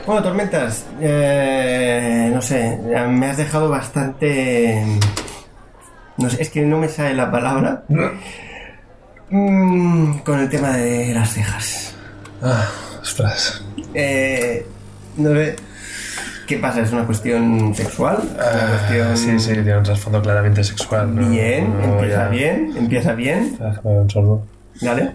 Bueno, Tormentas, no sé, me has dejado bastante... No sé, es que no me sale la palabra. Con el tema de las cejas. Ostras. No sé, ¿qué pasa? ¿Es una cuestión sexual? Sí, tiene un trasfondo claramente sexual. Bien, empieza bien. Déjame ver un sorbo. ¿Vale?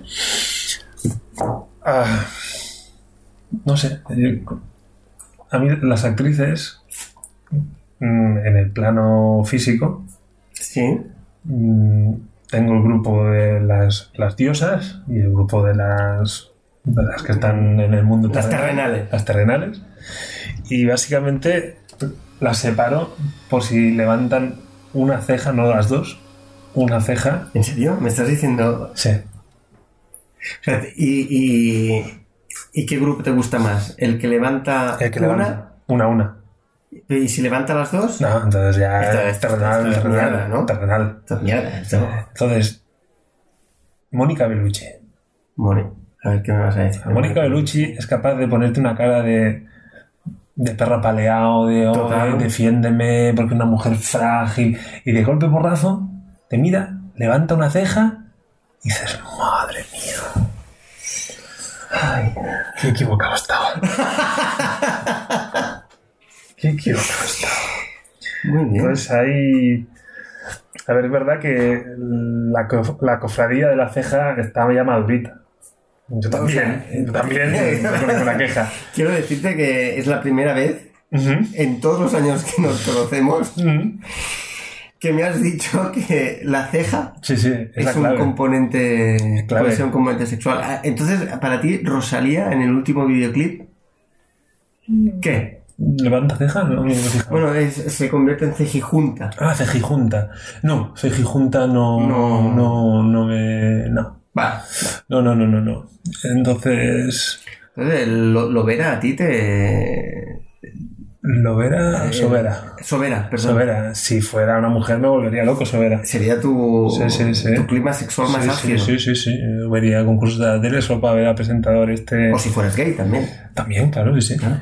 No sé. A mí las actrices, en el plano físico, Sí. tengo el grupo de las diosas y el grupo de las que están en el mundo terrenales. Las terrenales. Y básicamente las separo por si levantan una ceja, no las dos, una ceja. ¿En serio? ¿Me estás diciendo? Sí. Espérate, ¿y qué grupo te gusta más? ¿El que levanta una? ¿Y si levanta las dos? No, entonces ya es terrenal, mierda, ¿no? terrenal. Esto es mierda, esto. Entonces, Mónica Bellucci. Moni, a ver qué me vas a decir. Mónica Bellucci es capaz de ponerte una cara de perra paleado, de defiéndeme porque es una mujer frágil, y de golpe porrazo te mira, levanta una ceja y dices, madre mía, ay, qué equivocado estaba. Qué equivocado estaba. Muy bien. Entonces ahí, a ver, es verdad que la cofradía de la ceja está ya madurita. Yo también tengo ninguna queja. Quiero decirte que es la primera vez en todos los años que nos conocemos que me has dicho que la ceja es un componente, puede ser un componente sexual. Entonces, para ti, Rosalía, en el último videoclip, ¿qué? ¿Levanta ceja? No, bueno, se convierte en cejijunta. Cejijunta. No, cejijunta no me... No. Vale. No. Entonces, Lovera a ti te... Lovera, Sobera. Sobera, perdón. Sobera. Si fuera una mujer me volvería loco, Sobera. Sería tu clima sexual más ácido. Sí. Vería concursos de la tele solo para ver al presentador O si fueras gay también. También, claro, sí. Claro.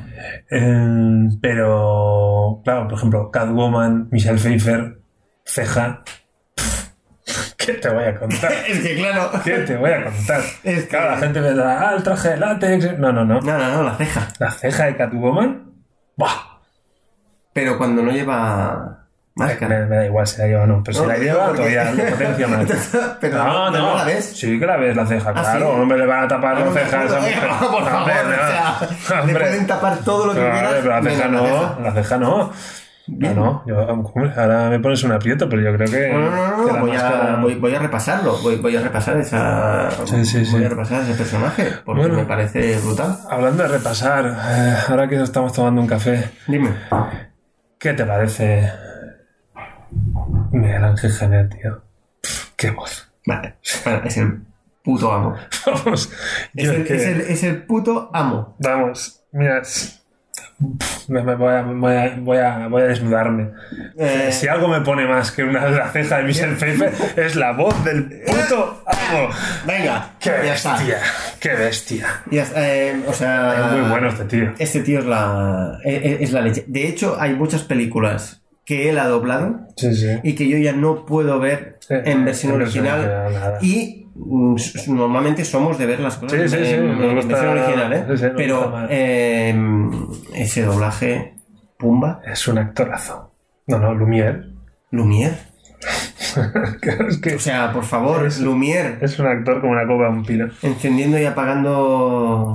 Pero, claro, por ejemplo, Catwoman, Michelle Pfeiffer, ceja... ¿Qué te voy a contar? Es que claro. ¿Qué te voy a contar? Es que... Claro, la gente me da, el traje de látex... No, la ceja. La ceja de Catwoman... ¡Bah! Pero cuando no lleva máscara. Me da igual si la lleva o no, pero si la lleva todavía lo potencia más. Pero no la ves. Sí que la ves la ceja, claro. ¿Sí? No me le van a tapar la ceja a esa mujer. Por favor, le pueden tapar todo lo que quieras. Pero la ceja no. Bien. No, ahora me pones un aprieto, pero yo creo que... No, voy a repasarlo. Voy a repasar esa... Sí. Voy a repasar ese personaje, porque me parece brutal. Hablando de repasar, ahora que estamos tomando un café... Dime. ¿Qué te parece Miguel Ángel Gené, tío? Qué voz. Vale, es el puto amo. Vamos. Es el puto amo. Vamos, mira... Voy a desnudarme. Si algo me pone más que la ceja de Michelle Pfeiffer es la voz del puto amo. Venga, qué bestia. O sea, es muy bueno este tío. Este tío es la leche. De hecho, hay muchas películas que él ha doblado y que yo ya no puedo ver en versión original. Y normalmente somos de ver las cosas en versión original, pero ese doblaje, Pumba, es un actorazo. Lumière. O sea, por favor, Lumière es un actor como una copa de un pino, encendiendo y apagando.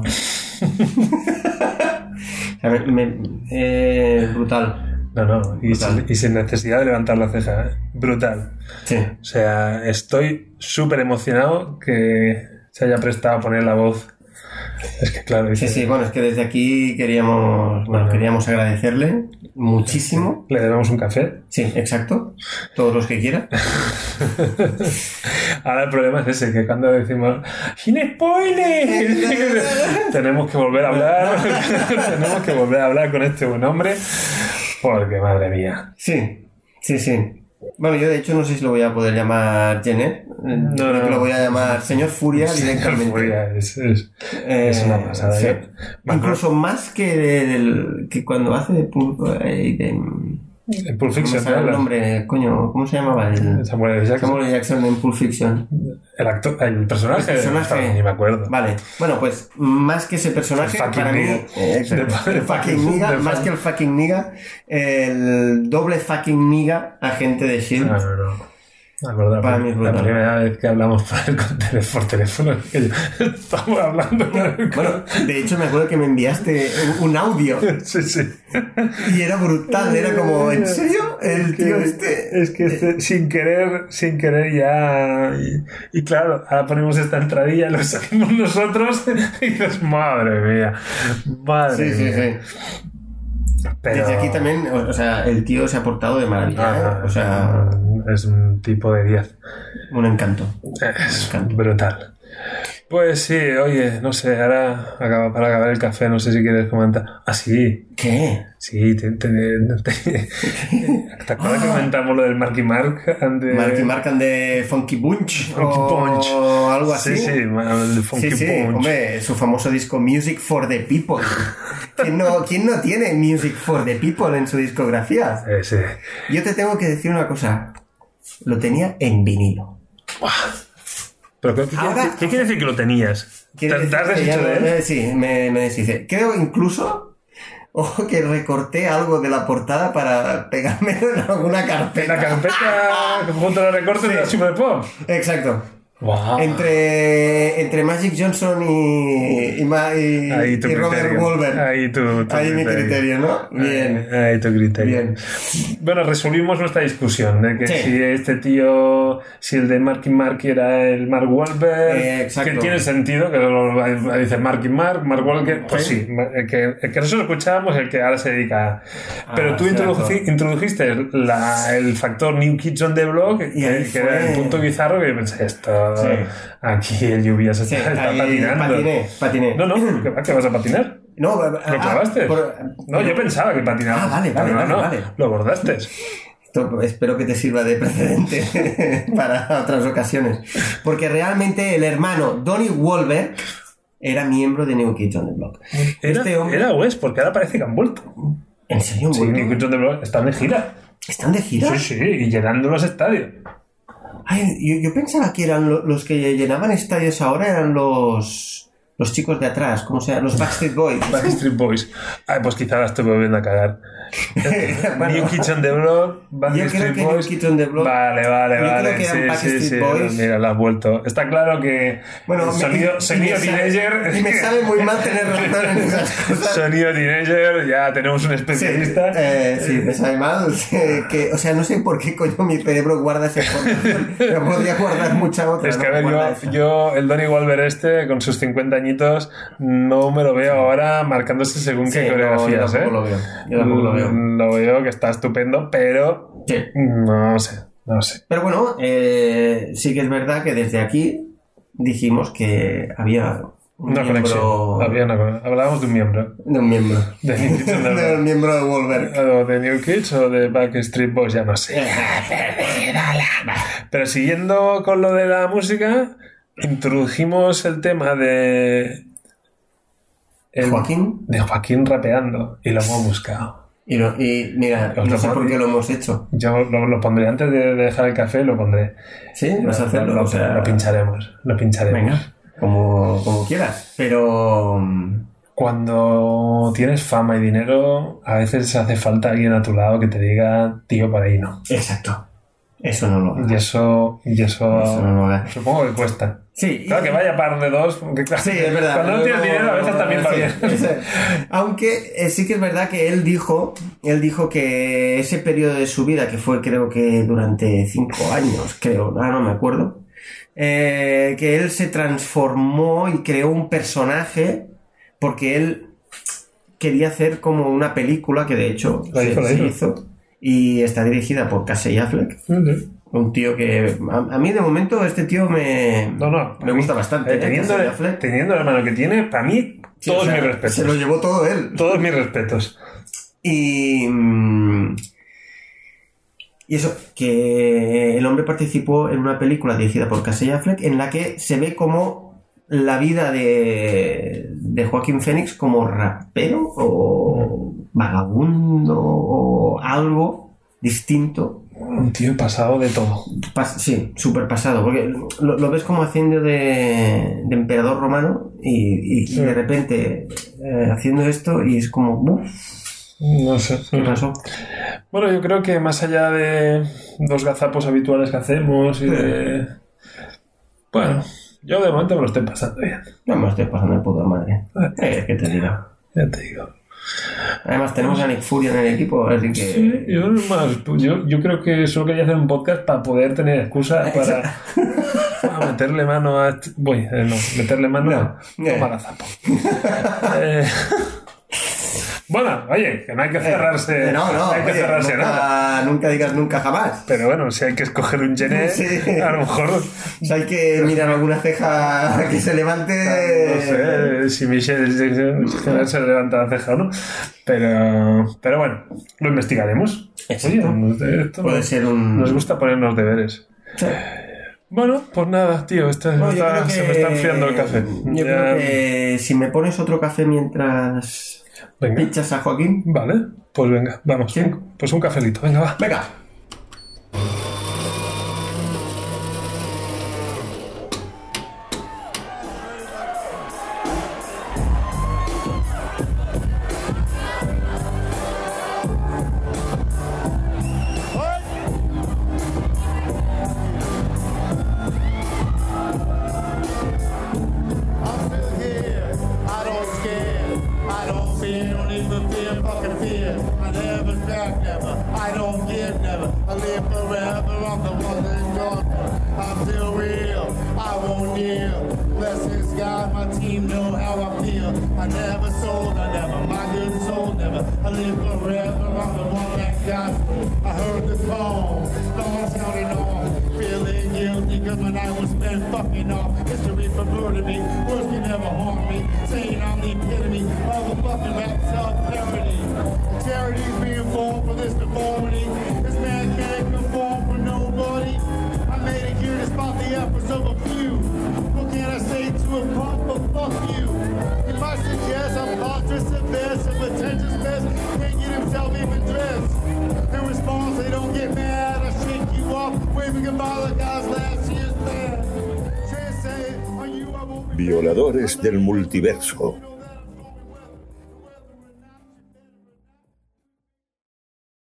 Brutal. Y sin necesidad de levantar la ceja, brutal. Sí. O sea, estoy súper emocionado que se haya prestado a poner la voz. Es que claro. Bueno, es que desde aquí queríamos agradecerle muchísimo. Le debemos un café. Sí, exacto. Todos los que quieran. Ahora el problema es ese, que cuando decimos ¡sin spoiler! tenemos que volver a hablar con este buen hombre, porque madre mía. Sí. Bueno, yo de hecho no sé si lo voy a poder llamar Jenner. Creo que lo voy a llamar Señor Furia directamente. Señor Furia es una pasada. Sí. Incluso más que cuando hace de Pulp Fiction. ¿No me el nombre, coño? ¿Cómo se llamaba? Samuel Jackson en Pulp Fiction. El personaje. Ni me acuerdo. Vale. Bueno, pues más que ese personaje, para mí... el fucking nigga, más que el fucking nigga, el doble fucking nigga agente de S.H.I.E.L.D. No. Me acuerdo para mí es brutal. La primera vez que hablamos por teléfono, que estábamos hablando. Bueno, de hecho me acuerdo que me enviaste un audio. Sí. Y era brutal, era como, ¿en serio? El tío este... Es que sin querer ya... Y claro, ahora ponemos esta entradilla, lo salimos nosotros y dices, madre mía. Sí. Pero... Desde aquí también, o sea, el tío se ha portado de maravilla. O sea... Es un tipo de 10. Un encanto. Es brutal. Pues sí, oye, no sé, ahora para acabar el café, no sé si quieres comentar. Ah, sí. ¿Qué? Sí, ¿te acuerdas que comentamos lo del Marky Mark? Marky Mark and the Funky Bunch. O algo así. Sí, el Funky Bunch. Hombre, su famoso disco Music for the People. ¿Quién no tiene Music for the People en su discografía? Sí. Yo te tengo que decir una cosa. Lo tenía en vinilo. ¿Pero qué quiere decir que lo tenías? ¿Te has deshecho de él? Sí, me deshice. Creo incluso que recorté algo de la portada para pegármelo en alguna carpeta. ¿En la carpeta junto a los recortes de la Super Pop? Exacto. Wow. Entre Magic Johnson y Robert Wolver. Ahí mi criterio, ¿no? Bien. Ahí tu criterio. Bien. Bueno, resolvimos nuestra discusión de que si este tío, si el de Marky Mark era el Mark Wahlberg, que tiene sentido, que lo dice Marky Mark Wahlberg, pues sí, el que nosotros escuchábamos, el que ahora se dedica pero tú introdujiste el factor New Kids on the Block, que era el punto bizarro que yo pensé, esto... Sí. Aquí el lluvia se está patinando. Patiné. No, ¿qué vas a patinar? No, ¿lo clavaste? No, yo pensaba que patinabas. Vale. Lo bordaste. Esto espero que te sirva de precedente para otras ocasiones. Porque realmente el hermano Donnie Wahlberg era miembro de New Kids on the Block. Era Wes, porque ahora parece que han vuelto. ¿En serio? Sí, New Kids on the Block están de gira. ¿Están de gira? Sí, y llenando los estadios. Ay, yo pensaba que eran los que llenaban estadios ahora, eran los chicos de atrás, ¿cómo se llama? Los Backstreet Boys. Ay, pues quizá la estoy volviendo a cagar. New Kids on the Block, Backstreet Boys. New Kids on the Block. Vale. Creo que eran Backstreet Boys. Mira, la has vuelto. Está claro que sonido teenager. Y me sabe muy mal tener razón en esas cosas. Sonido teenager, ya tenemos un especialista. Sí, me sabe mal. O sea, no sé por qué coño mi cerebro guarda esa información. Pero podría guardar mucha otra. Es que a ver, yo el Donnie Wahlberg con sus 50 añitos, no me lo veo ahora marcándose según qué coreografías. Yo tampoco lo veo. Lo veo que está estupendo, pero no sé. Pero bueno, sí que es verdad que desde aquí dijimos que había una conexión. Hablábamos de un miembro. Del miembro de Wahlberg. O de New Kids o de Backstreet Boys, ya no sé. Pero siguiendo con lo de la música, introdujimos el tema de Joaquín rapeando y lo hemos buscado. Y mira, no sé por qué lo hemos hecho. Yo lo pondré antes de dejar el café, lo pondré. ¿Sí? ¿Vas a hacerlo? Lo pincharemos. Venga, como quieras. Pero cuando tienes fama y dinero, a veces hace falta alguien a tu lado que te diga, tío, por ahí no. Exacto. Eso no lo hagas. Y eso no lo hagas. Supongo que cuesta. Sí. Claro, que vaya par de dos. Claro, sí, es verdad. Cuando no tienes dinero, a veces también va bien. Aunque sí que es verdad que él dijo que ese periodo de su vida, que fue creo que durante 5 años, no me acuerdo, que él se transformó y creó un personaje porque él quería hacer como una película que de hecho se hizo. Y está dirigida por Casey Affleck. Un tío que... A mí de momento este tío me gusta bastante. Teniendo el hermano que tiene, para mí, todos mis respetos. Se lo llevó todo él. Todos mis respetos. Y Y eso, que el hombre participó en una película dirigida por Casey Affleck en la que se ve como la vida de Joaquín Phoenix como rapero o vagabundo o algo distinto. Un tío pasado de todo. Sí, súper pasado, porque lo ves como haciendo de emperador romano y de repente haciendo esto y es como... No sé. ¿Qué pasó? Bueno, yo creo que más allá de los gazapos habituales que hacemos y de... Bueno, yo de momento me lo estoy pasando bien. No me lo estoy pasando de puta madre. ¿Qué te digo? Ya te digo. Además tenemos a Nick Fury en el equipo, así que... Sí, yo creo que solo quería hacer un podcast para poder tener excusa para meterle mano a... meterle mano a gazapo. Bueno, oye, que no hay que cerrarse. No hay que cerrarse nada. Nunca digas nunca jamás. Pero bueno, si hay que escoger un gené, a lo mejor. Si hay que mirar alguna ceja que se levante. No sé si Michelle se levanta la ceja o no. Pero bueno, lo investigaremos. Exacto. Oye, esto puede ser un. Nos gusta ponernos deberes. Sí. Bueno, pues nada, tío, se me está enfriando el café. Yo creo que si me pones otro café mientras. Venga. ¿Pinchas a Joaquín? Vale, pues venga, vamos. ¿Sí? Pues un cafelito, venga, va. Venga. Violadores del multiverso.